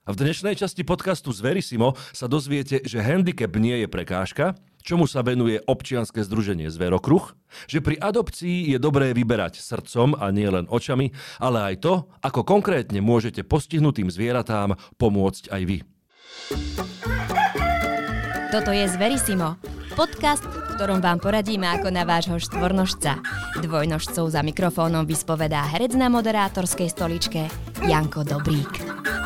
A v dnešnej časti podcastu Zverissimo sa dozviete, že handicap nie je prekážka, čomu sa venuje občianske združenie Zverokruh, že pri adopcii je dobré vyberať srdcom a nie len očami, ale aj to, ako konkrétne môžete postihnutým zvieratám pomôcť aj vy. Toto je Zverissimo, podcast, v ktorom vám poradíme ako na vášho štvornožca. Dvojnožcov za mikrofónom vyspovedá herec na moderátorskej stoličke Janko Dobrík.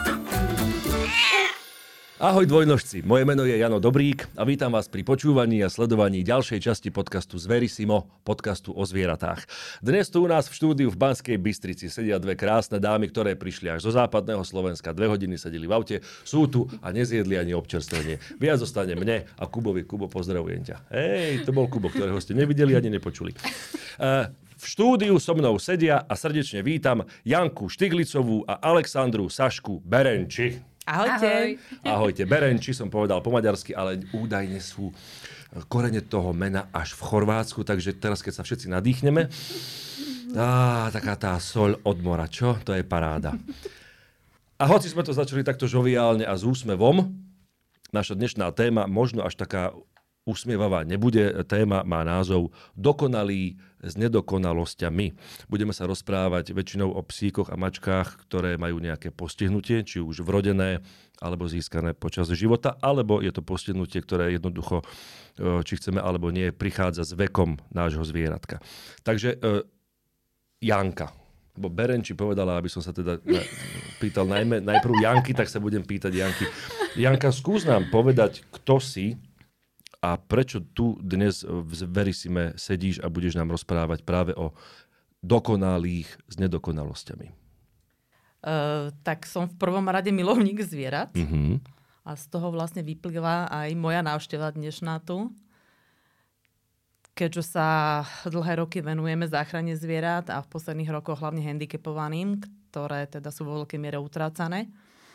Ahoj dvojnožci, moje meno je Jano Dobrík a vítam vás pri počúvaní a sledovaní ďalšej časti podcastu Zverissimo, podcastu o zvieratách. Dnes tu u nás v štúdiu v Banskej Bystrici sedia dve krásne dámy, ktoré prišli až zo západného Slovenska. 2 hodiny sedeli v aute, sú tu a nezjedli ani občerstvenie. Viac zostane mne a Kubovi. Kubo, pozdravujem ťa. Hej, to bol Kubo, ktorého ste nevideli ani nepočuli. V štúdiu so mnou sedia a srdečne vítam Janku Štiglicovú a Alexandru Sašku Berenči. Ahojte. Ahojte. Berenči som povedal po maďarsky, ale údajne sú korene toho mena až v Chorvátsku, takže teraz, keď sa všetci nadýchneme, taká tá soľ od mora, čo? To je paráda. A hoci sme to začali takto žoviálne a s úsmevom, naša dnešná téma možno až taká usmievavá nebude. Téma má názov Dokonalí s nedokonalosťami. Budeme sa rozprávať väčšinou o psíkoch a mačkách, ktoré majú nejaké postihnutie, či už vrodené, alebo získané počas života, alebo je to postihnutie, ktoré jednoducho, či chceme alebo nie, prichádza s vekom nášho zvieratka. Takže Janka, bo Berenči povedala, aby som sa teda pýtal najprv Janky, tak sa budem pýtať Janky. Janka, skús nám povedať, kto si a prečo tu dnes v Zverissime sedíš a budeš nám rozprávať práve o dokonalých s nedokonalosťami? Tak som v prvom rade milovník zvierat. Uh-huh. A z toho vlastne vyplýva aj moja návšteva dnešná tu. Keďže sa dlhé roky venujeme záchrane zvierat a v posledných rokoch hlavne handicapovaným, ktoré teda sú vo veľkej miere utrácané.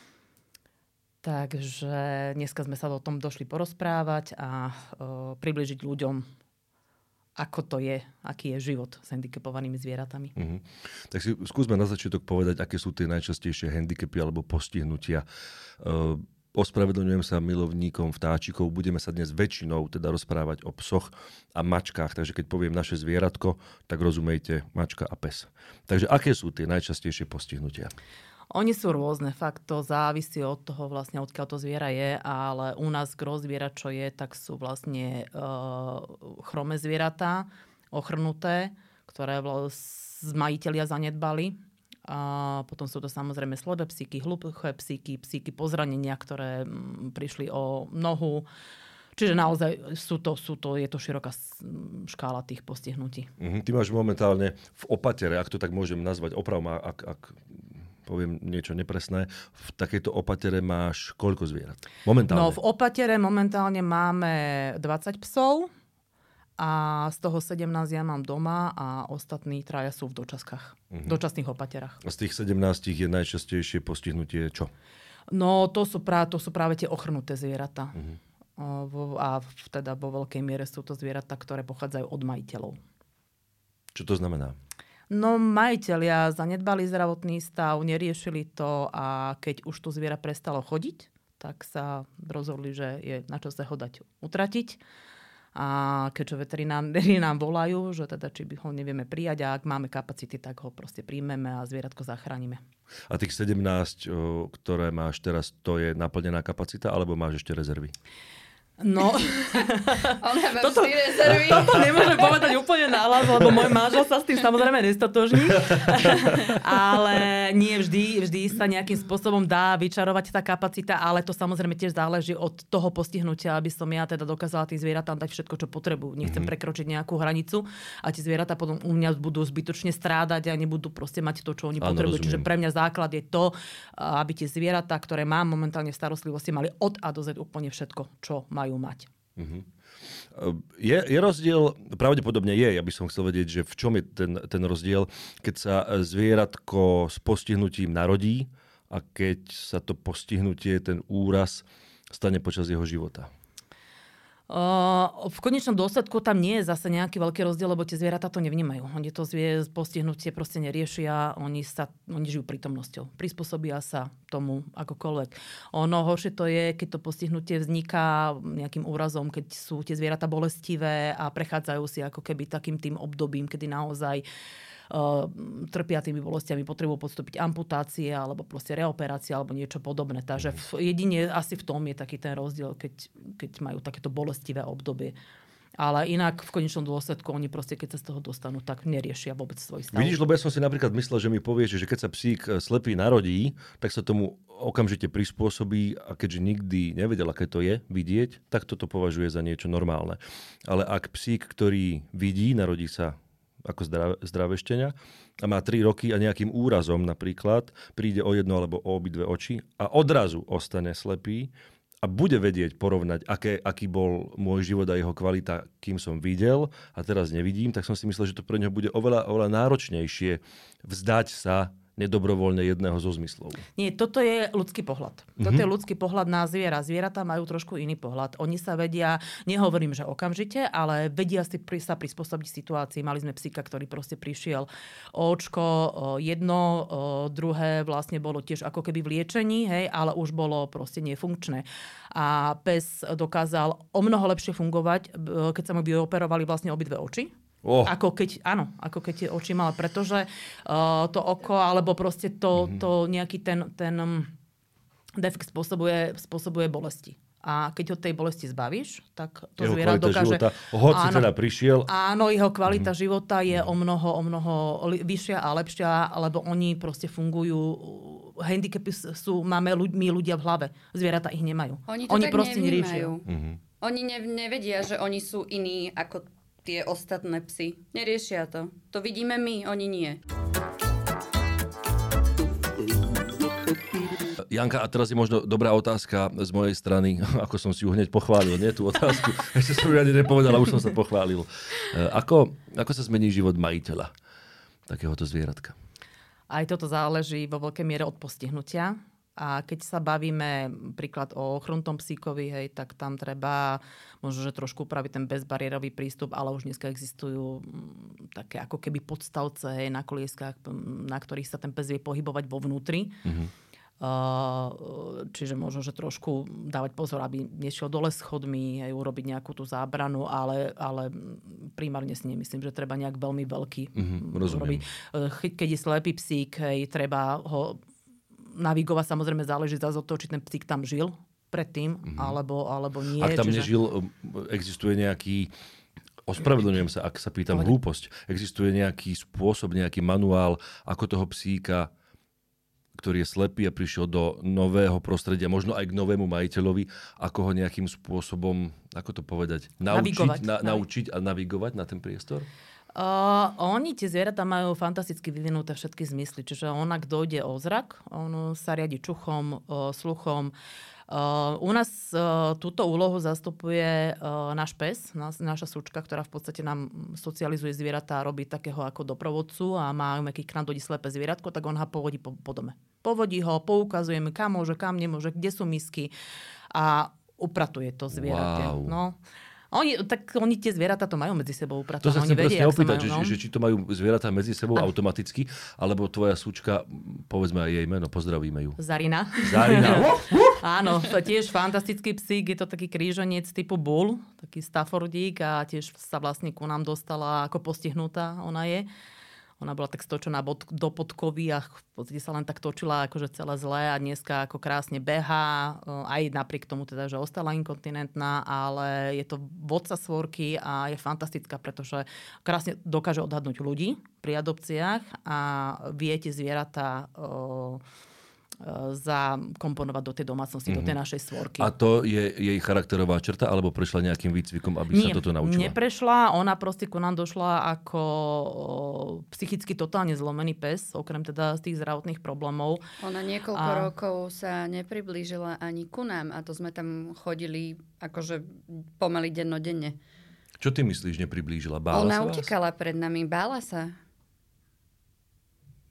Takže dneska sme sa o tom došli porozprávať a približiť ľuďom, ako to je, aký je život s handicapovanými zvieratami. Uh-huh. Tak si skúsme na začiatok povedať, aké sú tie najčastejšie handicapy alebo postihnutia. Ospravedlňujem sa milovníkom vtáčikov, budeme sa dnes väčšinou teda rozprávať o psoch a mačkách, takže keď poviem naše zvieratko, tak rozumejte mačka a pes. Takže aké sú tie najčastejšie postihnutia? Oni sú rôzne, fakt to závisí od toho vlastne, odkiaľ to zviera je, ale u nás gro zviera, čo je, tak sú vlastne chromé zvieratá, ochrnuté, ktoré majitelia zanedbali. A potom sú to samozrejme slepé psíky, hluché psíky, psíky po zranenia, ktoré prišli o nohu. Čiže naozaj je to široká škála tých postihnutí. Ty máš momentálne v opatere, ak to tak môžem nazvať, oprav ma, ak poviem niečo nepresné, v takejto opatere máš koľko zvierat? Momentálne? No v opatere momentálne máme 20 psov a z toho 17 ja mám doma a ostatní 3 sú v dočaskách, dočasných opaterách. A z tých 17 je najčastejšie postihnutie čo? No to sú práve tie ochrnuté zvieratá. A teda vo veľkej miere sú to zvieratá, ktoré pochádzajú od majiteľov. Čo to znamená? No majitelia zanedbali zdravotný stav, neriešili to a keď už to zviera prestalo chodiť, tak sa rozhodli, že je na čase ho dať utratiť. A keďže veterinári nám volajú, že teda či by ho nevieme prijať a ak máme kapacity, tak ho proste príjmeme a zvieratko zachránime. A tých 17, ktoré máš teraz, to je naplnená kapacita alebo máš ešte rezervy? No, toto nemôžem povedať úplne nahlas, lebo môj manžel sa s tým samozrejme nestotožní. Ale nie vždy sa nejakým spôsobom dá vyčarovať tá kapacita, ale to samozrejme tiež záleží od toho postihnutia, aby som ja teda dokázala tým zvieratám dať všetko, čo potrebujú. Nechcem prekročiť nejakú hranicu a tie zvieratá potom u mňa budú zbytočne strádať a nebudú proste mať to, čo oni potrebujú. Čiže pre mňa základ je to, aby tie zvieratá, ktoré mám momentálne v starostlivosti, mali od A do Z úplne všetko, čo majú mať. Je rozdiel, pravdepodobne je, ja by som chcel vedieť, že v čom je ten rozdiel, keď sa zvieratko s postihnutím narodí a keď sa to postihnutie, ten úraz stane počas jeho života? V konečnom dôsledku tam nie je zase nejaký veľký rozdiel, lebo tie zvieratá to nevnímajú. Oni to postihnutie proste neriešia, oni žijú prítomnosťou. Prispôsobia sa tomu akokoľvek. Ono horšie to je, keď to postihnutie vzniká nejakým úrazom, keď sú tie zvieratá bolestivé a prechádzajú si ako keby takým tým obdobím, kedy naozaj trpia tými bolestiami, potrebujú podstúpiť amputácie alebo proste reoperácie alebo niečo podobné. Takže jedine asi v tom je taký ten rozdiel, keď majú takéto bolestivé obdobie. Ale inak v konečnom dôsledku oni proste, keď sa z toho dostanú, tak neriešia vôbec svoj stav. Vidíš, lebo ja som si napríklad myslel, že mi povieš, že keď sa psík slepý narodí, tak sa tomu okamžite prispôsobí a keďže nikdy nevedel, aké to je vidieť, tak toto považuje za niečo normálne. Ale ak psík, ktorý vidí, narodí sa ako zdravešťania a má 3 roky a nejakým úrazom napríklad príde o jedno alebo o obidve oči a odrazu ostane slepý a bude vedieť porovnať, aký bol môj život a jeho kvalita, kým som videl a teraz nevidím, tak som si myslel, že to pre neho bude oveľa náročnejšie vzdať sa nedobrovoľne jedného zo zmyslov. Nie, toto je ľudský pohľad. Toto je ľudský pohľad na zviera. Zvieratá majú trošku iný pohľad. Oni sa vedia, nehovorím, že okamžite, ale vedia sa prispôsobiť situácii. Mali sme psíka, ktorý proste prišiel o očko, jedno, druhé vlastne bolo tiež ako keby v liečení, hej, ale už bolo proste nefunkčné. A pes dokázal o mnoho lepšie fungovať, keď sa mu vyoperovali vlastne obidve oči. Ako keď tie oči mal, pretože to oko, alebo proste to nejaký ten defekt spôsobuje bolesti. A keď ho tej bolesti zbavíš, tak to jeho zviera dokáže... Hoci teda prišiel... Áno, jeho kvalita života je o mnoho vyššia a lepšia, lebo oni proste fungujú... Handicapy máme my ľudia v hlave. Zvieratá ich nemajú. Oni tak proste neriešia. Oni nevedia, že oni sú iní ako tie ostatné psy. Neriešia to. To vidíme my, oni nie. Janka, a teraz je možno dobrá otázka z mojej strany, ako som si ju hneď pochválil, nie tú otázku. Ešte som ju ani nepovedal, a už som sa pochválil. Ako sa zmení život majiteľa takéhoto zvieratka? Aj toto záleží vo veľkej miere od postihnutia. A keď sa bavíme príklad o ochrnutom psíkovi, hej, tak tam treba možno, že trošku upraviť ten bezbariérový prístup, ale už dneska existujú také ako keby podstavce, hej, na kolieskách, na ktorých sa ten pes vie pohybovať vo vnútri. Čiže možno, že trošku dávať pozor, aby nešiel dole schodmi, hej, urobiť nejakú tú zábranu, ale primárne si nemyslím, že treba nejak veľmi veľký urobiť. Keď je slepý psík, hej, treba ho navigovať, samozrejme záleží zase od toho, či ten psík tam žil predtým, alebo nie. Ak tam nežil, existuje nejaký, ospravedlňujem sa, ak sa pýtam hlúposť, existuje nejaký spôsob, nejaký manuál, ako toho psíka, ktorý je slepý a prišiel do nového prostredia, možno aj k novému majiteľovi, ako ho nejakým spôsobom, ako to povedať, naučiť a navigovať na ten priestor? Oni, tie zvieratá, majú fantasticky vyvinuté všetky zmysly. Čiže on, ak dojde o zrak, on sa riadi čuchom, sluchom. U nás túto úlohu zastupuje náš pes, naša sučka, ktorá v podstate nám socializuje zvieratá, robí takého ako doprovodcu a máme, keď k nám dojde slepé zvieratko, tak on ho povodí po dome. Povodí ho, poukazujeme, kam môže, kam nemôže, kde sú misky a upratuje to zvieraté. Wow. No. Oni tie zvieratá to majú medzi sebou upratované. To sa chcem presne opýtať, majú, že či to majú zvieratá medzi sebou automaticky, alebo tvoja súčka, povedzme aj jej meno, pozdravíme ju. Zarina. Áno, to tiež fantastický psík, je to taký krížaniec typu bull, taký Staffordík a tiež sa vlastne ku nám dostala ako postihnutá ona je. Ona bola tak stočená do podkovy a v podstate sa len tak točila akože celé zlé a dneska ako krásne behá, aj napriek tomu teda, že ostala inkontinentná, ale je to vodca svorky a je fantastická, pretože krásne dokáže odhadnúť ľudí pri adopciách a vie tie zvieratá zakomponovať do tej domácnosti, do tej našej svorky. A to je jej charakterová črta, alebo prešla nejakým výcvikom, aby sa toto naučila? Neprešla, ona proste ku nám došla ako psychicky totálne zlomený pes, okrem teda z tých zdravotných problémov. Ona niekoľko rokov sa nepriblížila ani ku nám a to sme tam chodili akože pomaly dennodenne. Čo ty myslíš, nepriblížila? Bála Ona sa vás? utekala pred nami, bála sa.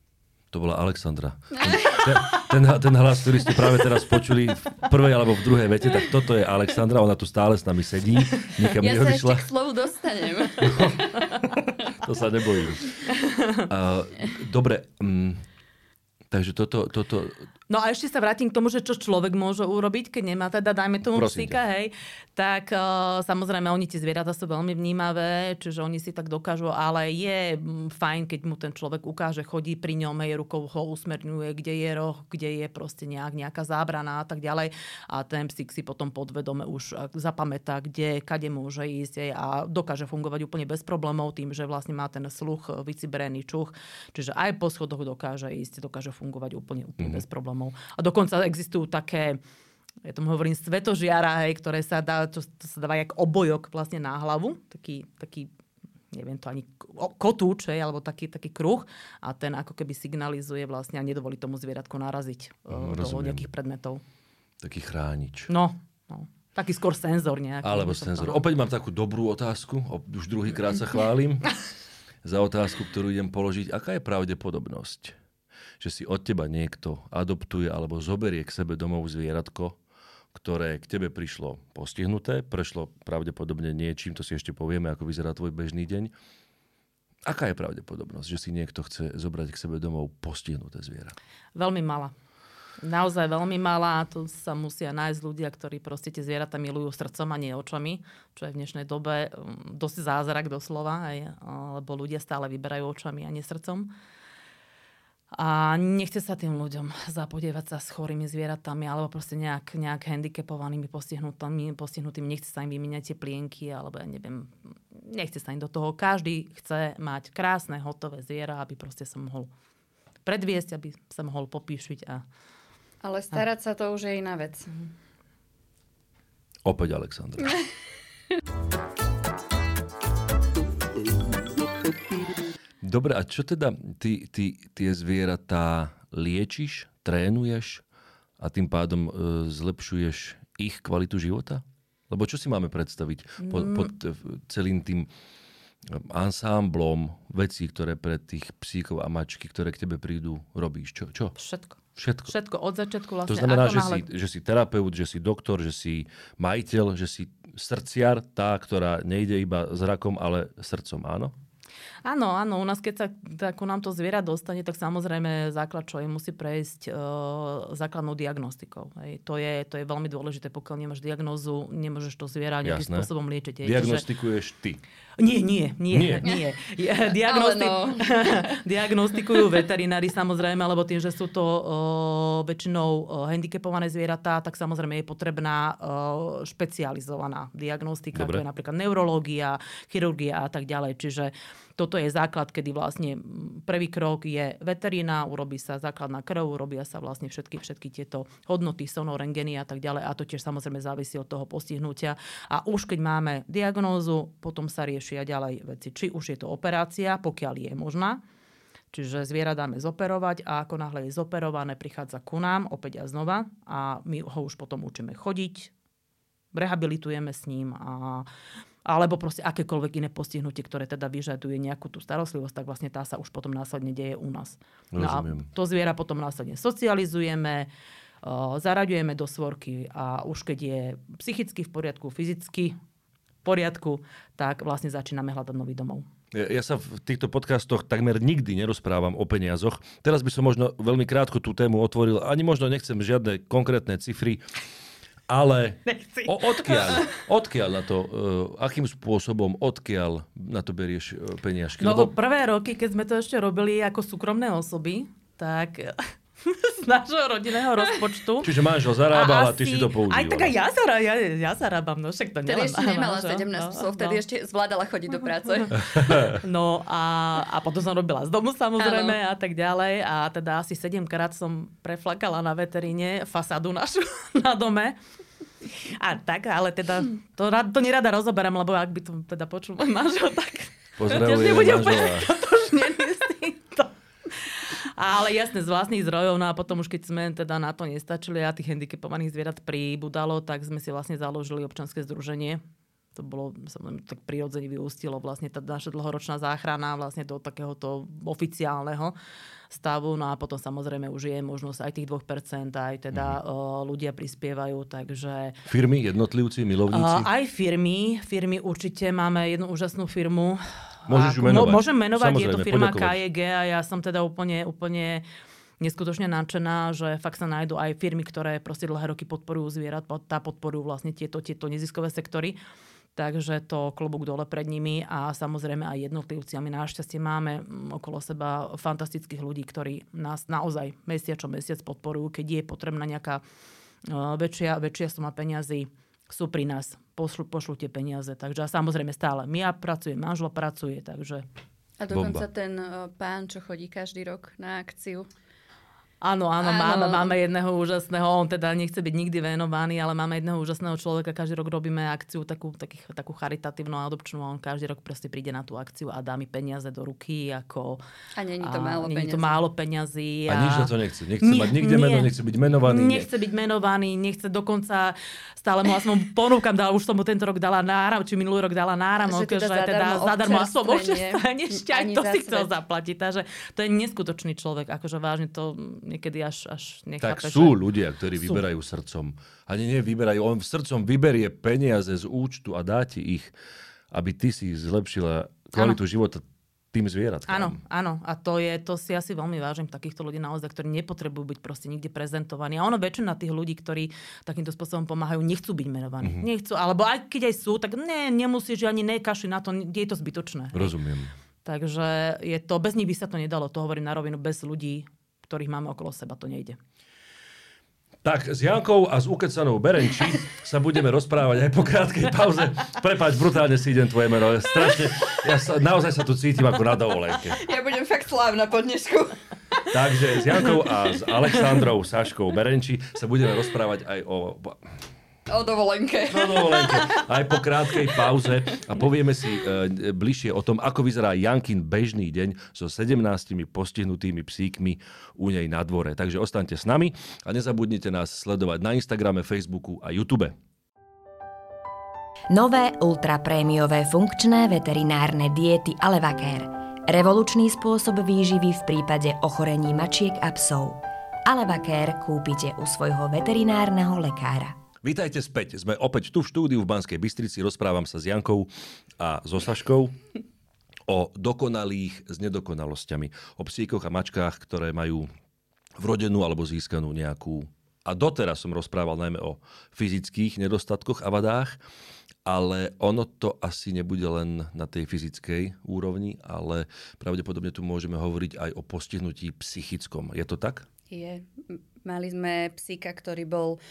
To bola Alexandra. Ten hlas, ktorý ste práve teraz počuli v prvej alebo v druhej vete, tak toto je Alexandra, ona tu stále s nami sedí, nikam neodišla. Ja sa ešte k slovu dostanem. To sa nebojím. Dobre, takže toto... No a ešte sa vrátim k tomu, že čo človek môže urobiť, keď nemá teda, dajme tomu psíka, hej, tak samozrejme oni tie zvieratá sú veľmi vnímavé, čiže oni si tak dokážu, ale je fajn, keď mu ten človek ukáže, chodí pri ňom, hej, rukou ho usmerňuje, kde je roh, kde je proste nejaká zábrana a tak ďalej a ten psík si potom podvedome už zapamätá, kade môže ísť, hej, a dokáže fungovať úplne bez problémov tým, že vlastne má ten sluch, vyciberený čuch, čiže aj po schodoch dokáže fungovať úplne bez problémov. A dokonca existujú také, ja tomu hovorím, svetožiara, hej, ktoré sa dá, čo sa dáva jak obojok vlastne na hlavu, taký neviem to ani, kotúč, hej, alebo taký kruh a ten ako keby signalizuje vlastne a nedovolí tomu zvieratku naraziť do nejakých predmetov. Taký chránič. No. Taký skôr senzor nejaký. Alebo senzor. Opäť mám takú dobrú otázku, už druhýkrát sa chválim za otázku, ktorú idem položiť. Aká je pravdepodobnosť, že si od teba niekto adoptuje alebo zoberie k sebe domov zvieratko, ktoré k tebe prišlo postihnuté, prešlo pravdepodobne niečím, to si ešte povieme, ako vyzerá tvoj bežný deň. Aká je pravdepodobnosť, že si niekto chce zobrať k sebe domov postihnuté zviera? Veľmi malá. Naozaj veľmi malá. Tu sa musia nájsť ľudia, ktorí proste tie zvieratá milujú srdcom a nie očami, čo je v dnešnej dobe dosť zázrak doslova, lebo ľudia stále vyberajú očami a nie srdcom. A nechce sa tým ľuďom zapodievať sa s chorými zvieratami alebo proste nejak handicapovanými, postihnutými. Nechce sa im vymieňať tie plienky alebo ja neviem, nechce sa im do toho. Každý chce mať krásne, hotové zviera, aby proste sa mohol predviesť, aby sa mohol popíšiť. Ale starať sa to už je iná vec. Opäť Alexandra. Dobre, a čo teda ty tie zvieratá liečiš, trénuješ a tým pádom zlepšuješ ich kvalitu života? Lebo čo si máme predstaviť pod celým tým ansámblom vecí, ktoré pre tých psíkov a mačky, ktoré k tebe prídu, robíš? Čo? Všetko od začiatku vlastne. To znamená, že si terapeut, že si doktor, že si majiteľ, že si srdciar, tá, ktorá nejde iba zrakom, ale srdcom, áno? Áno, u nás keď sa ako nám to zviera dostane, tak samozrejme základ, čo musí prejsť základnou diagnostikou. Hej. To je veľmi dôležité, pokiaľ nemáš diagnózu, nemôžeš to zviera nejakým spôsobom liečiť. Diagnostikuješ ty? Nie. Diagnostikujú veterinári samozrejme, lebo tým, že sú to väčšinou handicapované zvieratá, tak samozrejme je potrebná špecializovaná diagnostika, ako je napríklad neurológia, chirurgia a tak ďalej. Čiže toto je základ, kedy vlastne prvý krok je veterína, urobí sa základná krv, urobia sa vlastne všetky tieto hodnoty, sonorengeny a tak ďalej. A to tiež samozrejme závisí od toho postihnutia. A už keď máme diagnózu, potom sa riešia ďalej veci. Či už je to operácia, pokiaľ je možná. Čiže zviera dáme zoperovať a ako náhle je zoperované, prichádza ku nám opäť a znova a my ho už potom učíme chodiť, rehabilitujeme s ním alebo proste akékoľvek iné postihnutie, ktoré teda vyžaduje nejakú tú starostlivosť, tak vlastne tá sa už potom následne deje u nás. No a to zviera potom následne socializujeme, zaraďujeme do svorky a už keď je psychicky v poriadku, fyzicky v poriadku, tak vlastne začíname hľadať nový domov. Ja sa v týchto podcastoch takmer nikdy nerozprávam o peniazoch. Teraz by som možno veľmi krátko tú tému otvoril. Ani možno nechcem žiadne konkrétne cifry. Ale odkiaľ na to, akým spôsobom, odkiaľ na to berieš peniažky? No prvé roky, keď sme to ešte robili ako súkromné osoby, tak z nášho rodinného rozpočtu. Čiže manžel zarábal a ty si to používala. Aj tak ja zarábam, no však to nielen. Tedy ešte nemala 17 psov, vtedy ešte zvládala chodiť do práce. No a potom som robila z domu samozrejme a tak ďalej. A teda asi 7-krát som preflakala na veteríne fasádu našu na dome. A tak, ale teda to nerada rozoberám, lebo ak by to teda počul môj manžel, tak pozdravuje manžela. Totožnený s týmto. Ale jasne, z vlastných zdrojov, no a potom už keď sme teda na to nestačili a tých handicapovaných zvierat pribudalo, tak sme si vlastne založili občianske združenie. to bolo, samozrejme, tak prirodzene vyústilo vlastne tá naša dlhoročná záchrana vlastne do takéhoto oficiálneho stavu. No a potom samozrejme už je možnosť aj tých 2%, aj teda ľudia prispievajú, takže... Firmy, jednotlivci, milovníci? Aj firmy určite. Máme jednu úžasnú firmu. Môžeš ju menovať. Môžem menovať, je to firma poďakovať. KJG a ja som teda úplne neskutočne nadšená, že fakt sa nájdú aj firmy, ktoré proste dlhé roky podporujú zvieratá, podporujú vlastne tieto neziskové sektory. Takže to klobúk dole pred nimi a samozrejme aj jednotlivci. A my našťastie máme okolo seba fantastických ľudí, ktorí nás naozaj mesiac podporujú. Keď je potrebná nejaká väčšia suma peňazí, sú pri nás, pošlu tie peniaze. Takže a samozrejme stále. Ja pracujem, manžel pracuje, takže... A dokonca ten pán, čo chodí každý rok na akciu. Áno, máme jedného úžasného, on teda nechce byť nikdy venovaný, ale máme jedného úžasného človeka, každý rok robíme akciu takú charitatívnu a adopčnú a on každý rok proste príde na tú akciu a dá mi peniaze do ruky. A nie je to málo peniazí. Nie je to málo peňazí. A nič na to nechce. Nechce mať nikde meno, nechce byť menovaný. Nechce byť menovaný, nechce dokonca, stále mu aspoň ponúkam, už som mu tento rok dala náram, či minulý rok dala náram, že teda zadarmo aspoň občerstvenie, ešte aj to si chcel zaplatiť. Takže to je neskutočný človek, akože vážne to niekedy až nechápe. Tak sú ľudia, ktorí vyberajú srdcom. Ani nevyberajú. On srdcom vyberie peniaze z účtu a dá ti ich, aby ty si zlepšila kvalitu života tým zvieratkám. Áno. A to si asi veľmi vážim takýchto ľudí naozaj, ktorí nepotrebujú byť proste nikde prezentovaní. A ono väčšina tých ľudí, ktorí takýmto spôsobom pomáhajú, nechcú byť menovaní. Nechcú, alebo aj keď aj sú, tak nemusíš ani nekaši na to, je to zbytočné. Rozumiem. Takže je to, bez nich by sa to nedalo, to hovorím na rovinu, bez ľudí, ktorých máme okolo seba, to nejde. Tak, s Jankou a s ukecanou Berenči sa budeme rozprávať aj po krátkej pauze. Prepáč, brutálne si idem tvoje meno. Strašne, naozaj sa tu cítim ako na dovolenke. Ja budem fakt slávna po dnešku. Takže s Jankou a s Alexandrou Saškou Berenči sa budeme rozprávať aj o dovolenke. No dovolenke. Aj po krátkej pauze a povieme si bližšie o tom, ako vyzerá Jankin bežný deň so 17 postihnutými psíkmi u nej na dvore. Takže ostaňte s nami a nezabudnite nás sledovať na Instagrame, Facebooku a YouTube. Nové ultraprémiové funkčné veterinárne diety Alevacare. Revolučný spôsob výživy v prípade ochorení mačiek a psov. Alevacare kúpite u svojho veterinárneho lekára. Vítajte späť. Sme opäť tu v štúdiu v Banskej Bystrici. Rozprávam sa s Jankou a so Saškou o dokonalých s nedokonalosťami. O psíkoch a mačkách, ktoré majú vrodenú alebo získanú nejakú... A doteraz som rozprával najmä o fyzických nedostatkoch a vadách, ale ono to asi nebude len na tej fyzickej úrovni, ale pravdepodobne tu môžeme hovoriť aj o postihnutí psychickom. Je to tak? Je. Mali sme psíka, ktorý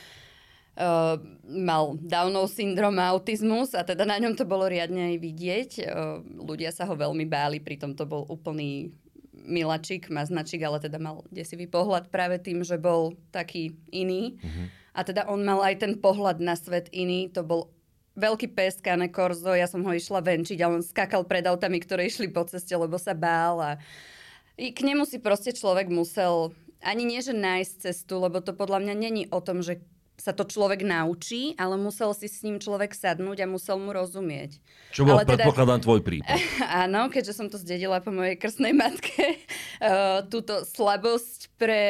mal Downov syndrom a autizmus a teda na ňom to bolo riadne aj vidieť. Ľudia sa ho veľmi báli, pritom to bol úplný miláčik, maznačik, ale teda mal desivý pohľad práve tým, že bol taký iný. A teda on mal aj ten pohľad na svet iný. To bol veľký pes, Cane Corso, ja som ho išla venčiť a on skakal pred autami, ktoré išli po ceste, lebo sa bál. A k nemu si proste človek musel ani nie, že nájsť cestu, lebo to podľa mňa není o tom, že sa to človek naučí, ale musel si s ním človek sadnúť a musel mu rozumieť. Čo bol, predpokladám, tvoj prípad. Áno, keďže som to zdedila po mojej krstnej matke, túto slabosť pre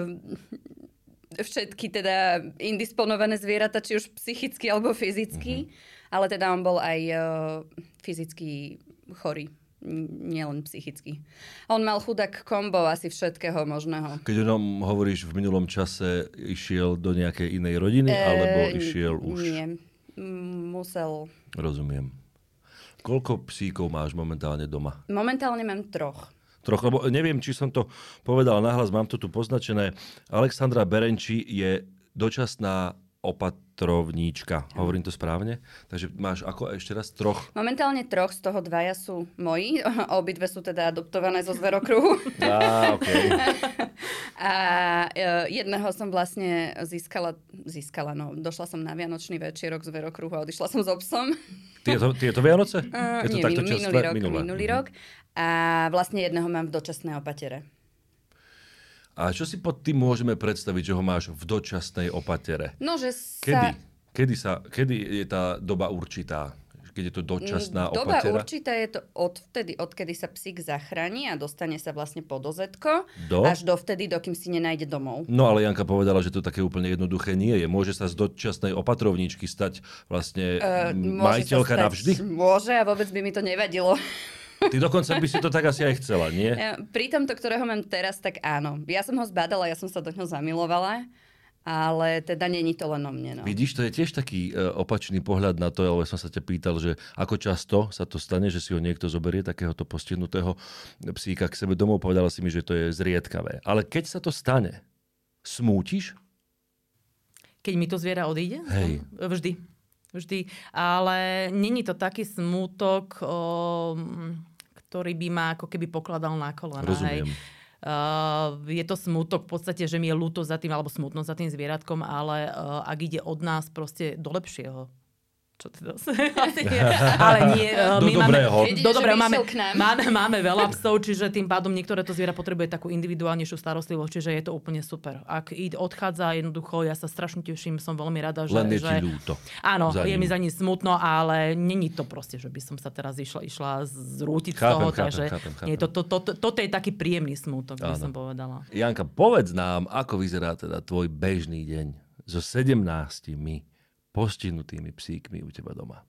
všetky teda indisponované zvieratá, či už psychicky alebo fyzicky, ale teda on bol aj fyzicky chorý. Nielen psychicky. On mal chudák kombo asi všetkého možného. Keď o ňom hovoríš, v minulom čase išiel do nejakej inej rodiny, alebo išiel už... Nie, musel... Rozumiem. Koľko psíkov máš momentálne doma? Momentálne mám 3. Lebo neviem, či som to povedal nahlas, mám to tu poznačené. Alexandra Berenči je dočasná opatrovníčka. Hovorím to správne? Takže máš ako ešte raz 3? Momentálne 3, z toho 2 sú moji. Obidve sú teda adoptované zo zverokruhu. Okay. A jedného som vlastne získala, no, došla som na vianočný večierok z zverokruhu a odišla som s obsom. Tieto Vianoce? Nie, minulý rok. A vlastne jedného mám v dočasnej opatere. A čo si pod tým môžeme predstaviť, že ho máš v dočasnej opatere? No, že Kedy je tá doba určitá? keď je to dočasná Doba opatera? určitá je to odkedy sa psík zachráni a dostane sa vlastne pod ozetko, Do? až dovtedy, dokým si nenájde domov. No ale Janka povedala, že to také úplne jednoduché nie je. Môže sa z dočasnej opatrovníčky stať vlastne majiteľka navždy? Môže a vôbec by mi to nevadilo. Ty dokonca by si to tak asi aj chcela, nie? Pri tomto, ktorého mám teraz, tak áno. Ja som ho zbadala, ja som sa do ňoho zamilovala, ale teda není to len o mne. No. Vidíš, to je tiež taký opačný pohľad na to, ale som sa ťa pýtal, že ako často sa to stane, že si ho niekto zoberie, takéhoto postihnutého psíka k sebe domov. Povedala si mi, že to je zriedkavé. Ale keď sa to stane, smútiš? Keď mi to zviera odíde? Hej. Vždy. Ale není to taký smútok, ktorý by ma ako keby pokladal na kolena. Rozumiem. Je to smútok v podstate, že mi je ľúto za tým, alebo smutno za tým zvieratkom, ale ak ide od nás proste do lepšieho. Čo teda? Ale nie. Do dobrého. Máme veľa psov, čiže tým pádom niektoré to zviera potrebuje takú individuálnejšiu starostlivosť, čiže je to úplne super. Ak odchádza jednoducho, ja sa strašne teším, som veľmi rada, že... Len je ti ľúto. Áno, je mi za ním smutno, ale není to proste, že by som sa teraz išla zrútiť z toho, takže nie, toto je taký príjemný smútok, by som povedala. Janka, povedz nám, ako vyzerá teda tvoj bežný deň so 17 postihnutými psíkmi u teba doma.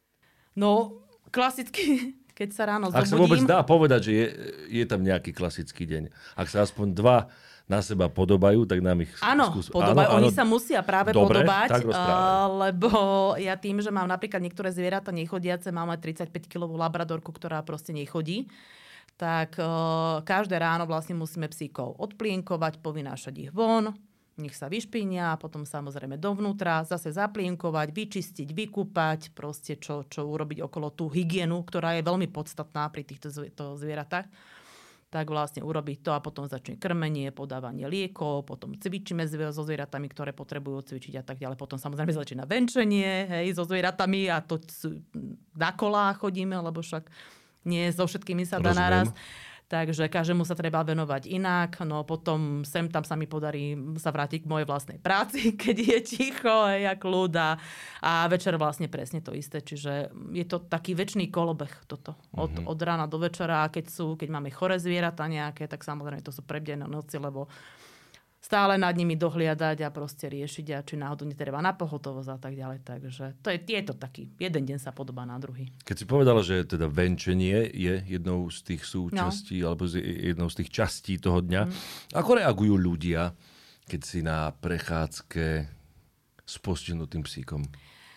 No, klasicky, keď sa ráno zobudím... Ak sa vôbec dá povedať, že je tam nejaký klasický deň. Ak sa aspoň dva na seba podobajú, tak nám ich podobajú. Oni sa musia práve dobre, podobať, lebo ja tým, že mám napríklad niektoré zvieratá nechodiace, mám aj 35-kilovú labradorku, ktorá proste nechodí, tak každé ráno vlastne musíme psíkov odplienkovať, povynášať ich von, nech sa vyšpinia, potom samozrejme dovnútra, zase zaplienkovať, vyčistiť, vykúpať, proste čo urobiť okolo tú hygienu, ktorá je veľmi podstatná pri týchto zvieratách. Tak vlastne urobiť to a potom začne krmenie, podávanie liekov, potom cvičíme so zvieratami, ktoré potrebujú cvičiť a tak ďalej. Potom samozrejme začína venčenie, so zvieratami a to na kolách chodíme, lebo však nie so všetkými sa dá naraz. Takže každému sa treba venovať inak. No potom sem tam sa mi podarí sa vrátiť k mojej vlastnej práci, keď je ticho a kľud a večer vlastne presne to isté. Čiže je to taký večný kolobeh toto. Od rána do večera. A keď máme choré zvieratá nejaké, tak samozrejme to sú prebdené noci, lebo stále nad nimi dohliadať a proste riešiť a či náhodou netreba na pohotovosť a tak ďalej. Takže je to taký, jeden deň sa podobá na druhý. Keď si povedala, že teda venčenie je jednou z tých súčastí alebo jednou z tých častí toho dňa, ako reagujú ľudia, keď si na prechádzke s postihnutým psíkom?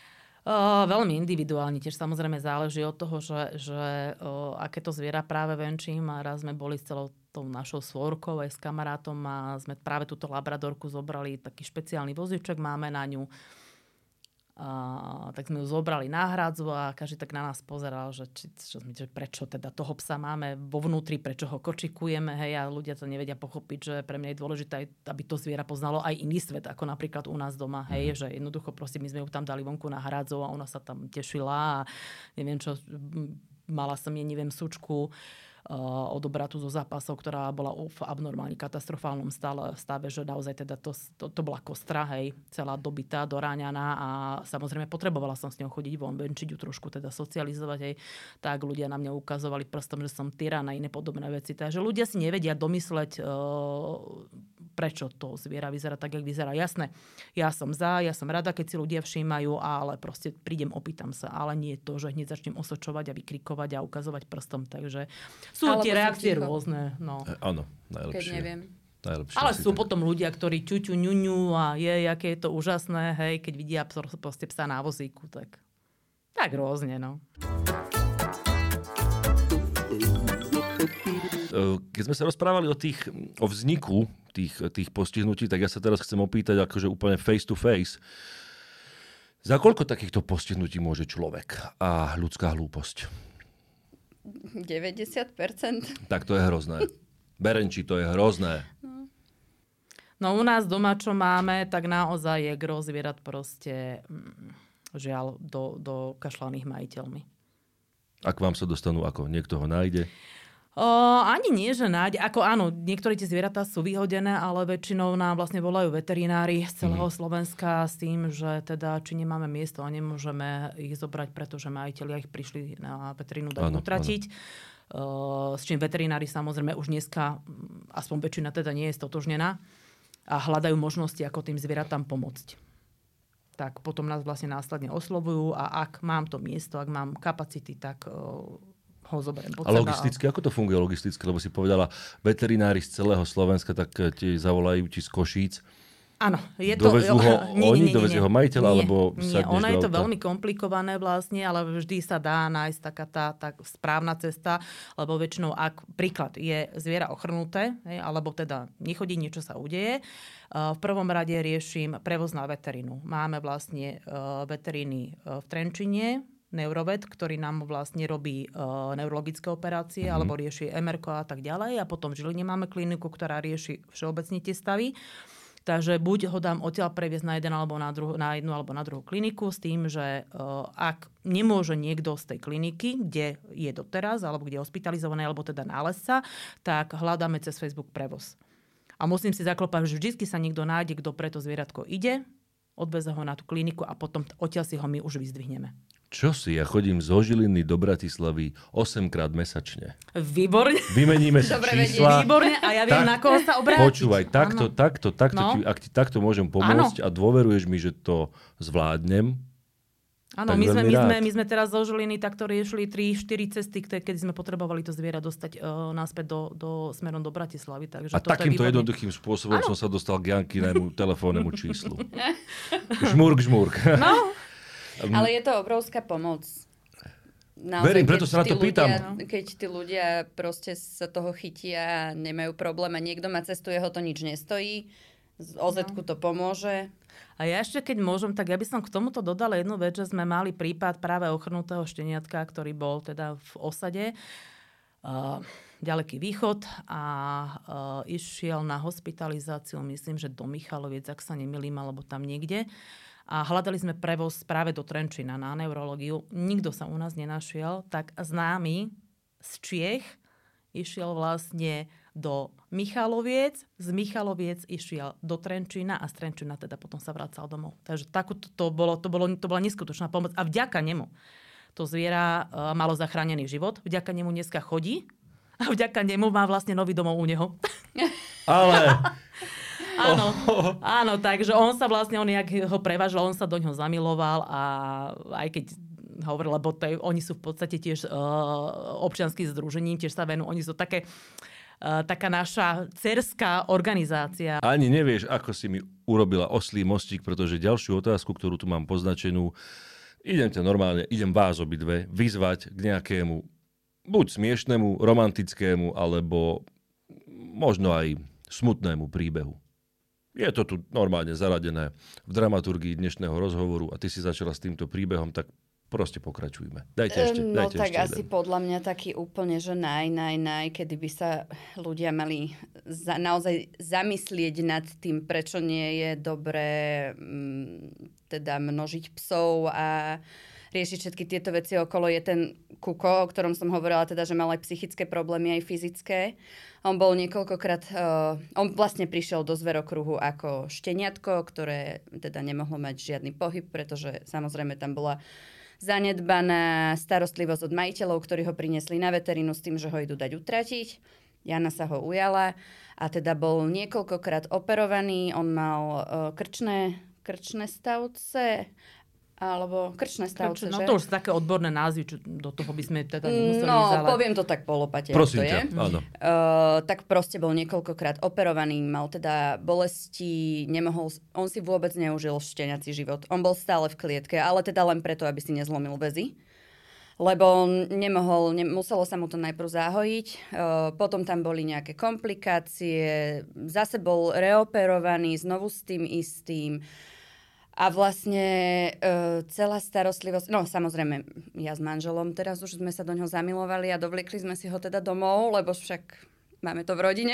Veľmi individuálne, tiež samozrejme záleží od toho, že aké to zviera práve venčím. A raz sme boli s celou tou našou svorkou aj s kamarátom a sme práve túto labradorku zobrali, taký špeciálny vozíček máme na ňu. Tak sme ju zobrali na hradzu a každý tak na nás pozeral, že prečo teda toho psa máme vo vnútri, prečo ho kočikujeme, hej, a ľudia to nevedia pochopiť, že pre mňa je dôležité, aby to zviera poznalo aj iný svet, ako napríklad u nás doma, hej, že jednoducho proste my sme ju tam dali vonku na hradzu a ona sa tam tešila a neviem čo, mala som jej, neviem, sučku odobratú zo zápasov, ktorá bola v abnormálne katastrofálnom stave, že naozaj teda to bola kostra, hej, celá dobitá, doráňaná a samozrejme potrebovala som s ňou chodiť von, venčiť ju trošku, teda socializovať, hej. Tak ľudia na mňa ukazovali prstom, že som tyran a iné podobné veci. Takže ľudia si nevedia domysleť, prečo to zviera vyzerá tak, jak vyzerá. Jasné, ja som rada, keď si ľudia všímajú, ale proste prídem, opýtam sa, ale nie je to, že hneď začnem osočovať a vykrikovať a ukazovať prstom, takže sú tie reakcie rôzne. No. Áno, najlepšie. Keď neviem. Ale sú potom ľudia, ktorí ťuťu, ňuňu a aké je to úžasné, hej, keď vidia proste psa na vozíku, tak rôzne, no. Keď sme sa rozprávali o vzniku tých postihnutí, tak ja sa teraz chcem opýtať akože úplne face to face. Za koľko takýchto postihnutí môže človek a ľudská hlúposť? 90%. Tak to je hrozné. Berenči, to je hrozné. No u nás doma, čo máme, tak naozaj je gro zvierat proste žiaľ do kašľaných majiteľmi. Ak vám sa dostanú ako? Niekto ho nájde? Ani nie, že ako áno, niektoré tie zvieratá sú vyhodené, ale väčšinou nám vlastne volajú veterinári z celého Slovenska s tým, že teda či nemáme miesto a nemôžeme ich zobrať, pretože majitelia ich prišli na veterínu dať utratiť. S čím veterinári samozrejme už dneska, aspoň väčšina teda nie je stotožnená a hľadajú možnosti, ako tým zvieratám pomôcť. Tak potom nás vlastne následne oslovujú a ak mám to miesto, ak mám kapacity, tak ho zoberiem pod seba. A logisticky, ako to funguje logisticky? Lebo si povedala, veterinári z celého Slovenska, tak ti zavolajú ti z Košíc. Áno. Dovezú ho oni, dovezú ho majiteľ, alebo nie, ono je to veľmi komplikované vlastne, ale vždy sa dá nájsť taká tá správna cesta, lebo väčšinou, ak príklad je zviera ochrnuté, alebo teda nechodí, niečo sa udeje, v prvom rade riešim prevoz na veterínu. Máme vlastne veteríny v Trenčine, neurovet, ktorý nám vlastne robí neurologické operácie alebo rieši MR a tak ďalej. A potom v Žiline máme kliniku, ktorá rieši všeobecne tie stavy. Takže buď ho dám odtiaľ previesť na jednu alebo na druhú kliniku s tým, že ak nemôže niekto z tej kliniky, kde je doteraz, alebo kde je hospitalizovaný, alebo teda nálezca, tak hľadáme cez Facebook prevoz. A musím si zaklopať, že vždy sa niekto nájde, kto pre to zvieratko ide, odveze ho na tú kliniku a potom odtiaľ si ho my už vyzdvihneme. Čo si? Ja chodím zo Žiliny do Bratislavy 8-krát mesačne. Výborne. Vymeníme si čísla. Výborne a ja viem, na koho sa obrátiť. Počúvaj, takto, ak ti takto môžem pomôcť a dôveruješ mi, že to zvládnem. Áno, my sme teraz zo Žiliny takto riešili 3-4 cesty, keď sme potrebovali to zviera dostať naspäť smerom do Bratislavy. Takže a takýmto jednoduchým spôsobom som sa dostal k Jankinému telefónnemu číslu. Žmurk. No. Ale je to obrovská pomoc. Naozaj, verím, preto sa na to pýtam. Keď tí ľudia proste sa toho chytia a nemajú problém a niekto má cestu, jeho to nič nestojí, z OZ-ku to pomôže. A ja ešte, keď môžem, tak ja by som k tomuto dodala jednu vec, že sme mali prípad práve ochrnutého šteniatka, ktorý bol teda v osade. Ďaleký východ a išiel na hospitalizáciu, myslím, že do Michaloviec, ak sa nemýlim, alebo tam niekde. A hľadali sme prevoz práve do Trenčína na neurológiu. Nikto sa u nás nenašiel, tak známy z Čiech išiel vlastne do Michaloviec, z Michaloviec išiel do Trenčína a z Trenčína teda potom sa vracal domov. Takže to bola neskutočná pomoc a vďaka nemu to zviera malo zachránený život. Vďaka nemu dneska chodí a vďaka nemu má vlastne nový domov u neho. Ale... Áno, takže on jak ho prevážal, on sa do ňoho zamiloval a aj keď hovoril, lebo oni sú v podstate tiež občianským združením, tiež sa venujú, oni sú taká naša dcerská organizácia. Ani nevieš, ako si mi urobila oslý mostík, pretože ďalšiu otázku, ktorú tu mám poznačenú, idem vás obidve vyzvať k nejakému buď smiešnemu, romantickému, alebo možno aj smutnému príbehu. Je to tu normálne zaradené v dramaturgii dnešného rozhovoru a ty si začala s týmto príbehom, tak proste pokračujme. Dajte tak ešte asi jeden. Podľa mňa taký úplne, že kedy by sa ľudia mali naozaj zamyslieť nad tým, prečo nie je dobré teda množiť psov a riešiť všetky tieto veci okolo, je ten Kuko, o ktorom som hovorila, teda, že mal aj psychické problémy, aj fyzické. On bol niekoľkokrát, on vlastne prišiel do zverokruhu ako šteniatko, ktoré teda nemohlo mať žiadny pohyb, pretože samozrejme tam bola zanedbaná starostlivosť od majiteľov, ktorí ho priniesli na veterínu s tým, že ho idú dať utratiť. Jana sa ho ujala a teda bol niekoľkokrát operovaný. On mal krčné stavce, alebo krčné stavce, že? No to už sú také odborné názvy, čo do toho by sme teda nemuseli vyzávať. No, poviem to tak polopate. Prosím ťa, áno. Tak proste bol niekoľkokrát operovaný, mal teda bolesti, on si vôbec neužil šteniaci život. On bol stále v klietke, ale teda len preto, aby si nezlomil väzy. Lebo on muselo sa mu to najprv zahojiť, potom tam boli nejaké komplikácie, zase bol reoperovaný, znovu s tým istým. A vlastne celá starostlivosť, no samozrejme, ja s manželom teraz už sme sa do ňoho zamilovali a dovliekli sme si ho teda domov, lebo však máme to v rodine.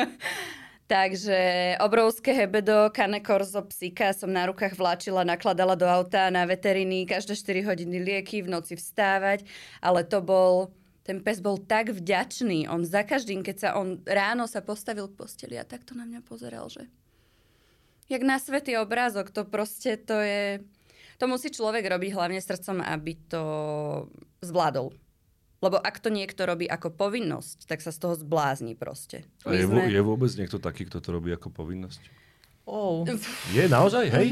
Takže obrovské hebedo, Cane Corso psíka som na rukách vláčila, nakladala do auta na veteriny, každé 4 hodiny lieky, v noci vstávať, ale to bol ten pes bol tak vďačný. On za každým, keď on ráno sa postavil k posteli a takto na mňa pozeral, že jak na svätý obrázok, to proste to musí človek robiť hlavne srdcom, aby to zvládol. Lebo ak to niekto robí ako povinnosť, tak sa z toho zblázni proste. A je vôbec niekto taký, kto to robí ako povinnosť? Oh. Je naozaj, hej?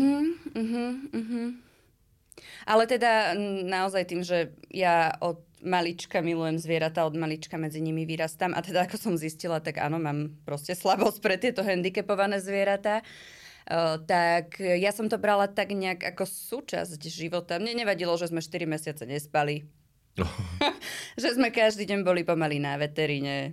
Ale teda naozaj tým, že ja od malička milujem zvieratá, od malička medzi nimi vyrastám a teda ako som zistila, tak áno, mám proste slabosť pre tieto handicapované zvieratá. Tak ja som to brala tak nejak ako súčasť života. Mne nevadilo, že sme 4 mesiace nespali. Že sme každý deň boli pomaly na veteríne.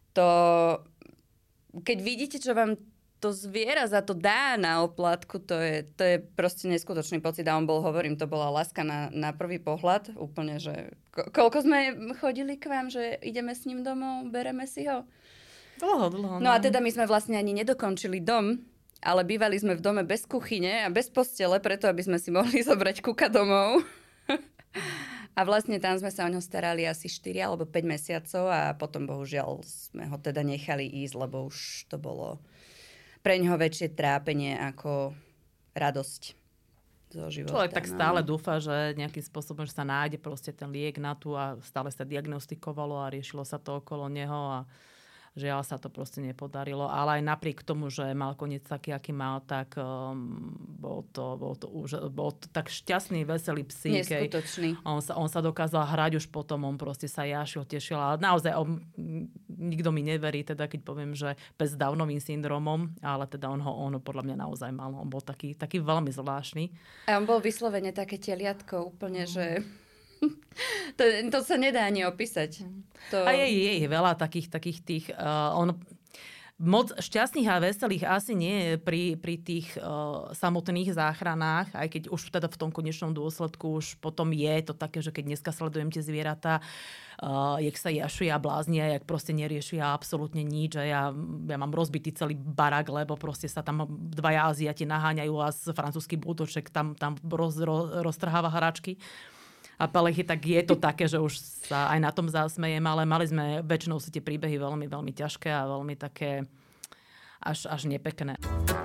Keď vidíte, čo vám to zviera za to dá na oplatku, to je proste neskutočný pocit. A on hovorím, to bola láska na prvý pohľad. Úplne, že koľko sme chodili k vám, že ideme s ním domov, bereme si ho? Dlho. No a teda my sme vlastne ani nedokončili dom, ale bývali sme v dome bez kuchyne a bez postele, preto aby sme si mohli zobrať kuka domov. A vlastne tam sme sa o ňo starali asi 4 alebo 5 mesiacov a potom bohužiaľ sme ho teda nechali ísť, lebo už to bolo pre ňoho väčšie trápenie ako radosť zo života. Človek tak stále dúfa, že nejakým spôsobom sa nájde proste ten liek na tú a stále sa diagnostikovalo a riešilo sa to okolo neho a žiaľ sa to proste nepodarilo. Ale aj napriek tomu, že mal koniec taký, aký mal, tak bol to tak šťastný, veselý psík. Neskutočný. On sa dokázal hrať už potom, on proste sa jašil, tešil. Ale naozaj nikto mi neverí, teda keď poviem, že pes s Downovým syndromom, ale teda on ho podľa mňa naozaj mal. On bol taký veľmi zvláštny. A on bol vyslovene také teliatko úplne, že to sa nedá ani opísať. A je veľa takých tých... Moc šťastných a veselých asi nie je pri tých samotných záchranách, aj keď už teda v tom konečnom dôsledku už potom je to také, že keď dneska sledujem tie zvieratá, jak sa jašujú a bláznia, jak proste neriešia absolútne nič. A ja mám rozbitý celý barak, lebo proste sa tam dvaja Aziati naháňajú a francúzsky buldoček tam roztrháva hračky a pelechy, tak je to také, že už sa aj na tom zasmejem, ale mali sme, väčšinou sú tie príbehy veľmi, veľmi ťažké a veľmi také až nepekné.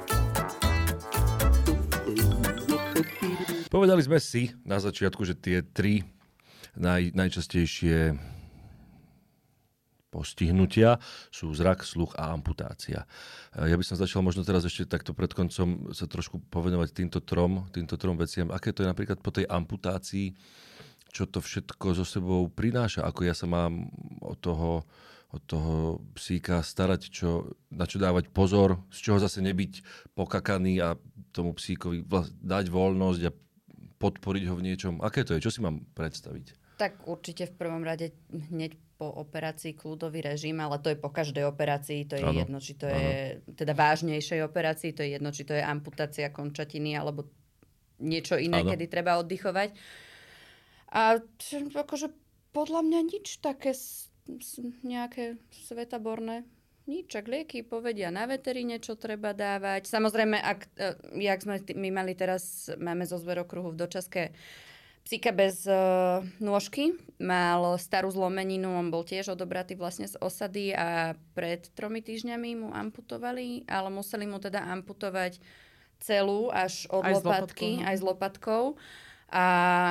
Povedali sme si na začiatku, že tie 3 najčastejšie postihnutia sú zrak, sluch a amputácia. Ja by som začal možno teraz ešte takto pred koncom sa trošku povenovať týmto trom veciam. Aké to je napríklad po tej amputácii, čo to všetko so sebou prináša, ako ja sa mám od toho psíka starať, na čo dávať pozor, z čoho zase nebyť pokakaný a tomu psíkovi dať voľnosť a podporiť ho v niečom. Aké to je? Čo si mám predstaviť? Tak určite v prvom rade hneď po operácii kľudový režim, ale to je po každej operácii, to je jedno, či to je teda vážnejšej operácii, to je jedno, či to je amputácia končatiny alebo niečo iné, kedy treba oddychovať. A akože podľa mňa nič také nejaké svetaborné. Nič, ak lieky povedia na veteríne, čo treba dávať. Samozrejme, jak sme my mali teraz, máme zo zverokruhu v dočaske psíka bez nôžky, mal starú zlomeninu, on bol tiež odobratý vlastne z osady a pred 3 týždňami mu amputovali, ale museli mu teda amputovať celú až od lopatky, aj s lopatkou. A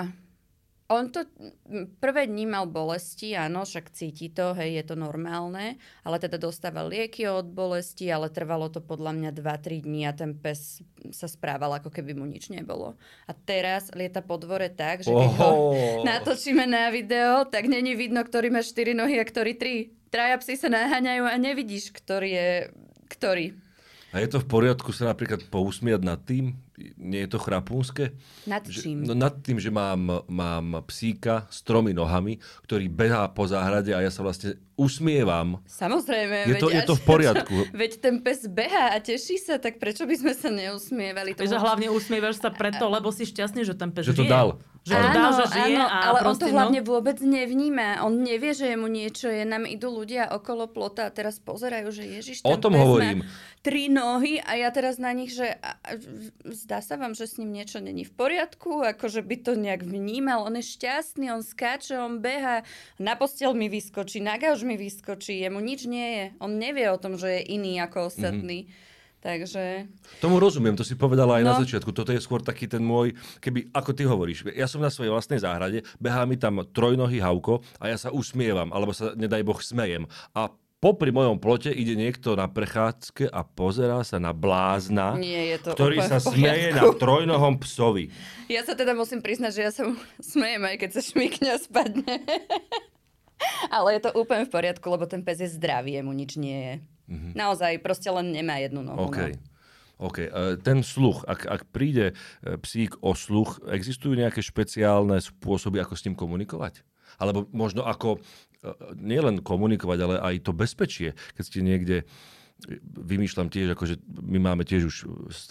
on to prvé dní mal bolesti, áno, však cíti to, hej, je to normálne, ale teda dostával lieky od bolesti, ale trvalo to podľa mňa 2-3 dní a ten pes sa správal, ako keby mu nič nebolo. A teraz lieta po dvore tak, že keď ho natočíme na video, tak není vidno, ktorý má 4 nohy a ktorý 3. 3 psi sa naháňajú a nevidíš, ktorý je ktorý. A je to v poriadku sa napríklad pousmiať nad tým? Nie je to chrapúnske? Nad čím? Nad tým, že mám psíka s 3 nohami, ktorý behá po záhrade a ja sa vlastne usmievam. Samozrejme. Je to v poriadku. Veď ten pes behá a teší sa, tak prečo by sme sa neusmievali? Že hlavne usmievaš sa preto, lebo si šťastný, že ten pes žije. Že to dal. Že to dal, že žije. Áno, ale on to hlavne no. vôbec nevníma. On nevie, že je mu niečo je. Nám idú ľudia okolo plota a teraz pozerajú, že Ježiš, ten o tom pes hovorím. má 3 nohy a ja teraz na nich, že zdá sa vám, že s ním niečo není v poriadku, akože by to nejak vnímal, on je šťastný, on skáče, on beha, na posteľ mi vyskočí, na gauč mi vyskočí, jemu nič nie je, on nevie o tom, že je iný ako ostatní. Takže... Tomu rozumiem, to si povedala aj na začiatku. Toto je skôr taký ten môj, keby, ako ty hovoríš, ja som na svojej vlastnej záhrade, behá mi tam trojnohý Havko a ja sa usmievam, alebo sa, nedaj Boh, smejem. A popri mojom plote ide niekto na prechádzke a pozerá sa na blázna, ktorý sa smeje na trojnohom psovi. Ja sa teda musím priznať, že ja sa mu smejem, aj keď sa šmykne a spadne. Ale je to úplne v poriadku, lebo ten pes je zdravý, mu nič nie je. Naozaj, proste len nemá jednu nohu. OK. Ten sluch, ak príde psík o sluch, existujú nejaké špeciálne spôsoby, ako s ním komunikovať? Alebo možno ako nielen komunikovať, ale aj to bezpečie, keď ste niekde... Vymýšľam tiež, akože my máme tiež už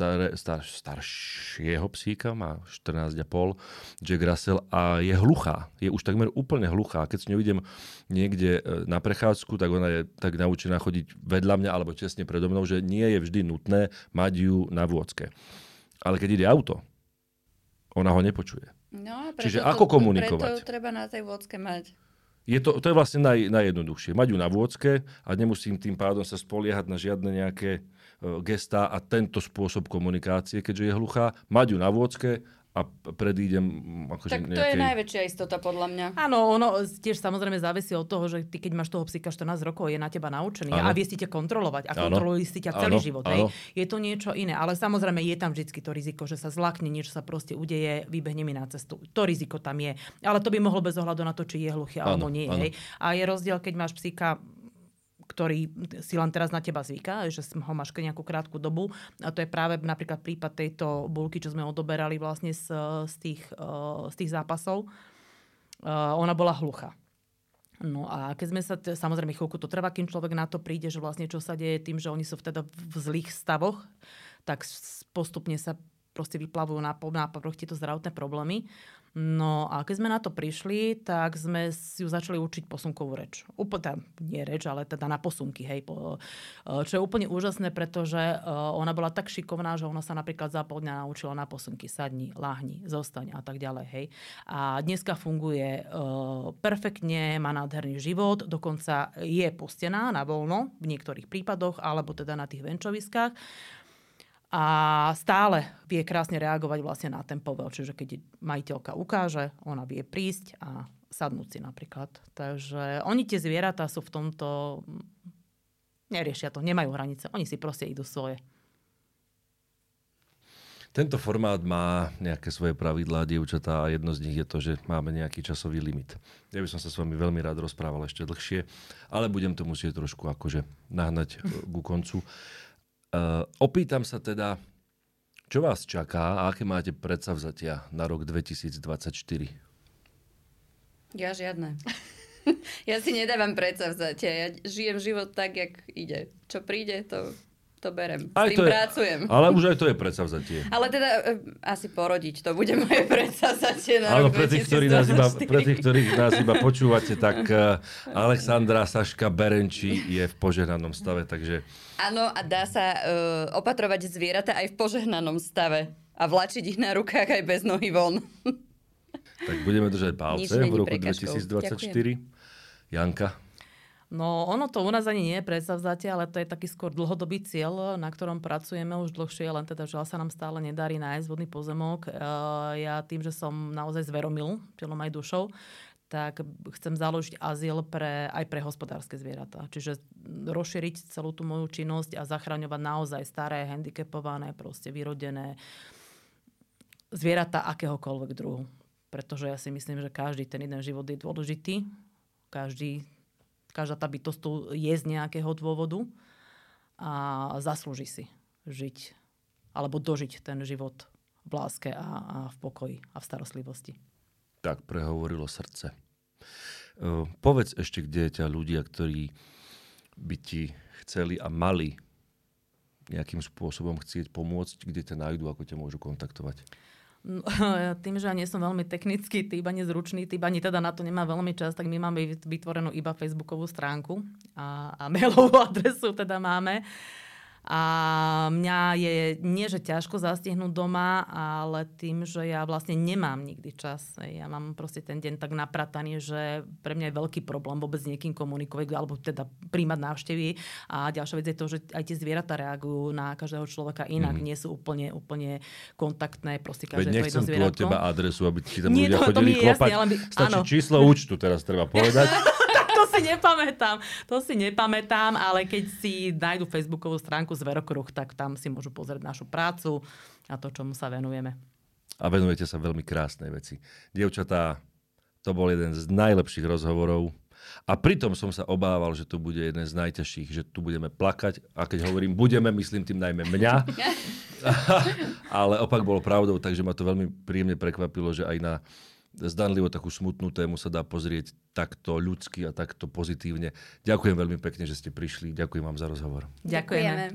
staršieho psíka, má 14,5, Jack Russell, a je hluchá. Je už takmer úplne hluchá. Keď s ňou idem niekde na prechádzku, tak ona je tak naučená chodiť vedľa mňa alebo tesne predo mnou, že nie je vždy nutné mať ju na vôdzke. Ale keď ide auto, ona ho nepočuje. No, čiže ako komunikovať? Preto treba na tej vôdzke mať. To je vlastne najjednoduchšie. Mať ju na vôdzke a nemusím tým pádom sa spoliehať na žiadne nejaké gestá a tento spôsob komunikácie, keďže je hluchá. Mať ju na vôdzke a predídem akože tak to je najväčšia istota podľa mňa. Áno, ono tiež samozrejme závisí od toho, že ty keď máš toho psíka 14 rokov, je na teba naučený a vie si ťa kontrolovať a kontrolujú si ťa celý život. Hej. Je to niečo iné, ale samozrejme je tam vždycky to riziko, že sa zlakne, niečo sa proste udeje, vybehne mi na cestu. To riziko tam je. Ale to by mohlo bez ohľadu na to, či je hluchý alebo nie. Hej. A je rozdiel, keď máš psíka, ktorý si len teraz na teba zvyká, že ho máš nejakú krátku dobu. A to je práve napríklad prípad tejto bulky, čo sme odoberali vlastne z tých zápasov. Ona bola hluchá. No a keď sme sa, samozrejme chvíľku to trvá, kým človek na to príde, že vlastne čo sa deje tým, že oni sú vtedy v zlých stavoch, tak postupne sa proste vyplavujú na povrch tieto zdravotné problémy. No a keď sme na to prišli, tak sme ju začali učiť posunkovú reč. Úplne, nie reč, ale teda na posunky. Hej. Čo je úplne úžasné, pretože ona bola tak šikovná, že ona sa napríklad za pol dňa naučila na posunky. Sadni, láhni, zostaň a tak ďalej. Hej. A dneska funguje perfektne, má nádherný život, dokonca je pustená na voľno v niektorých prípadoch, alebo teda na tých venčoviskách. A stále vie krásne reagovať vlastne na ten povel. Čiže keď majiteľka ukáže, ona vie prísť a sadnúť si napríklad. Takže oni tie zvieratá sú v tomto... Neriešia to, nemajú hranice. Oni si proste idú svoje. Tento formát má nejaké svoje pravidlá, dievčatá, a jedno z nich je to, že máme nejaký časový limit. Ja by som sa s vami veľmi rád rozprával ešte dlhšie, ale budem to musieť trošku akože nahnať ku koncu. Opýtam sa teda, čo vás čaká a aké máte predsavzatia na rok 2024? Ja žiadne. Ja si nedávam predsavzatia. Ja žijem život tak, jak ide. Čo príde, to berem. S tým pracujem. Ale už aj to je predsavzatie. Ale teda asi porodiť, to bude moje predsavzatie na rok 2024. Pre tých, ktorí nás iba počúvate, tak Alexandra Saška Berenčí je v požehnanom stave, takže... Áno, a dá sa opatrovať zvieratá aj v požehnanom stave. A vlačiť ich na rukách aj bez nohy von. Tak budeme držať palce v roku 2024. Ďakujem. Janka? No, ono to u nás ani nie je predsavzatie, ale to je taký skôr dlhodobý cieľ, na ktorom pracujeme už dlhšie, len teda žiaľ sa nám stále nedarí nájsť vodný pozemok. Ja tým, že som naozaj zveromil, telom aj dušou, tak chcem založiť azyl aj pre hospodárske zvieratá. Čiže rozšíriť celú tú moju činnosť a zachraňovať naozaj staré, handicapované, proste vyrodené zvieratá akéhokoľvek druhu. Pretože ja si myslím, že každý ten jeden život je dôležitý. Každá tá bytosť tu je z nejakého dôvodu a zaslúži si žiť alebo dožiť ten život v láske a v pokoji a v starostlivosti. Tak prehovorilo srdce. Povedz ešte, kde ťa ľudia, ktorí by ti chceli a mali nejakým spôsobom chcieť pomôcť, kde ťa nájdu, ako ťa môžu kontaktovať? No, tým, že ja nie som veľmi technický typ, ani zručný typ, ani teda na to nemá veľmi čas, tak my máme vytvorenú iba facebookovú stránku a mailovú adresu teda máme. A mňa je nie, že ťažko zastihnúť doma, ale tým, že ja vlastne nemám nikdy čas. Ja mám proste ten deň tak naprataný, že pre mňa je veľký problém vôbec s niekým komunikovať, alebo teda príjmať návštevy. A ďalšia vec je to, že aj tie zvieratá reagujú na každého človeka inak. Nie sú úplne kontaktné. Proste každé to jedno zvieratko. Nechcem tu od teba adresu, aby ti tam ľudia chodili klopať. Stačí číslo účtu, teraz treba povedať. To si nepamätám, ale keď si nájdu facebookovú stránku Zverokruh, tak tam si môžu pozrieť našu prácu a to, čomu sa venujeme. A venujete sa veľmi krásnej veci. Dievčatá, to bol jeden z najlepších rozhovorov a pritom som sa obával, že to bude jeden z najťažších, že tu budeme plakať a keď hovorím budeme, myslím tým najmä mňa. Ale opak bol pravdou, takže ma to veľmi príjemne prekvapilo, že aj na zdanlivo takú smutnú tému sa dá pozrieť takto ľudsky a takto pozitívne. Ďakujem veľmi pekne, že ste prišli. Ďakujem vám za rozhovor. Ďakujeme.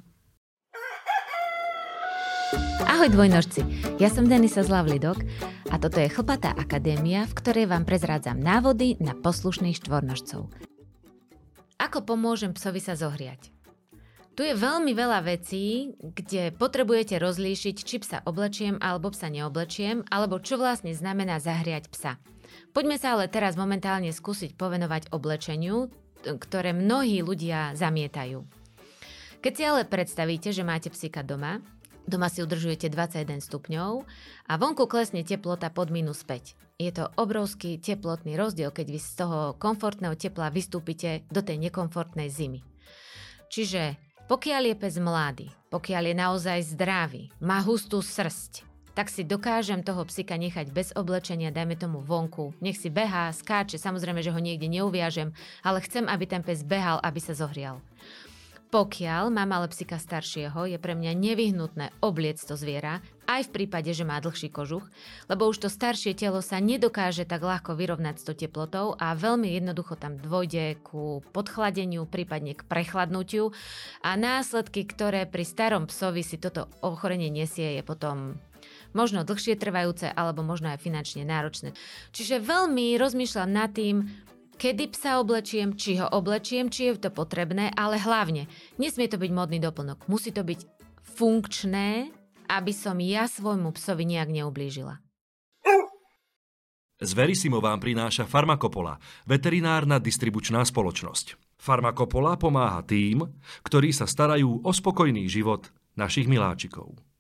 Ahoj dvojnožci, ja som Denisa Zlavlidok a toto je Chlpatá akadémia, v ktorej vám prezrádzam návody na poslušných štvornožcov. Ako pomôžem psovi sa zohriať? Tu je veľmi veľa vecí, kde potrebujete rozlíšiť, či psa oblečiem alebo psa neoblečiem, alebo čo vlastne znamená zahriať psa. Poďme sa ale teraz momentálne skúsiť povenovať oblečeniu, ktoré mnohí ľudia zamietajú. Keď si ale predstavíte, že máte psíka doma si udržujete 21 stupňov a vonku klesne teplota pod -5. Je to obrovský teplotný rozdiel, keď vy z toho komfortného tepla vystúpite do tej nekomfortnej zimy. Čiže pokiaľ je pes mladý, pokiaľ je naozaj zdravý, má hustú srsť, tak si dokážem toho psíka nechať bez oblečenia, dajme tomu vonku. Nech si behá, skáče, samozrejme, že ho niekde neuviažem, ale chcem, aby ten pes behal, aby sa zohrial. Pokiaľ mám ale psíka staršieho, je pre mňa nevyhnutné obliecť to zviera, aj v prípade, že má dlhší kožuch, lebo už to staršie telo sa nedokáže tak ľahko vyrovnať s tou teplotou a veľmi jednoducho tam dôjde ku podchladeniu, prípadne k prechladnutiu a následky, ktoré pri starom psovi si toto ochorenie nesie, je potom možno dlhšie trvajúce alebo možno aj finančne náročné. Čiže veľmi rozmýšľam nad tým, kedy psa oblečiem, či ho oblečiem, či je to potrebné, ale hlavne nesmie to byť modný doplnok. Musí to byť funkčné, aby som ja svojmu psovi nejak neublížila. Zverissimo vám prináša Farmakopola, veterinárna distribučná spoločnosť. Farmakopola pomáha tým, ktorí sa starajú o spokojný život našich miláčikov.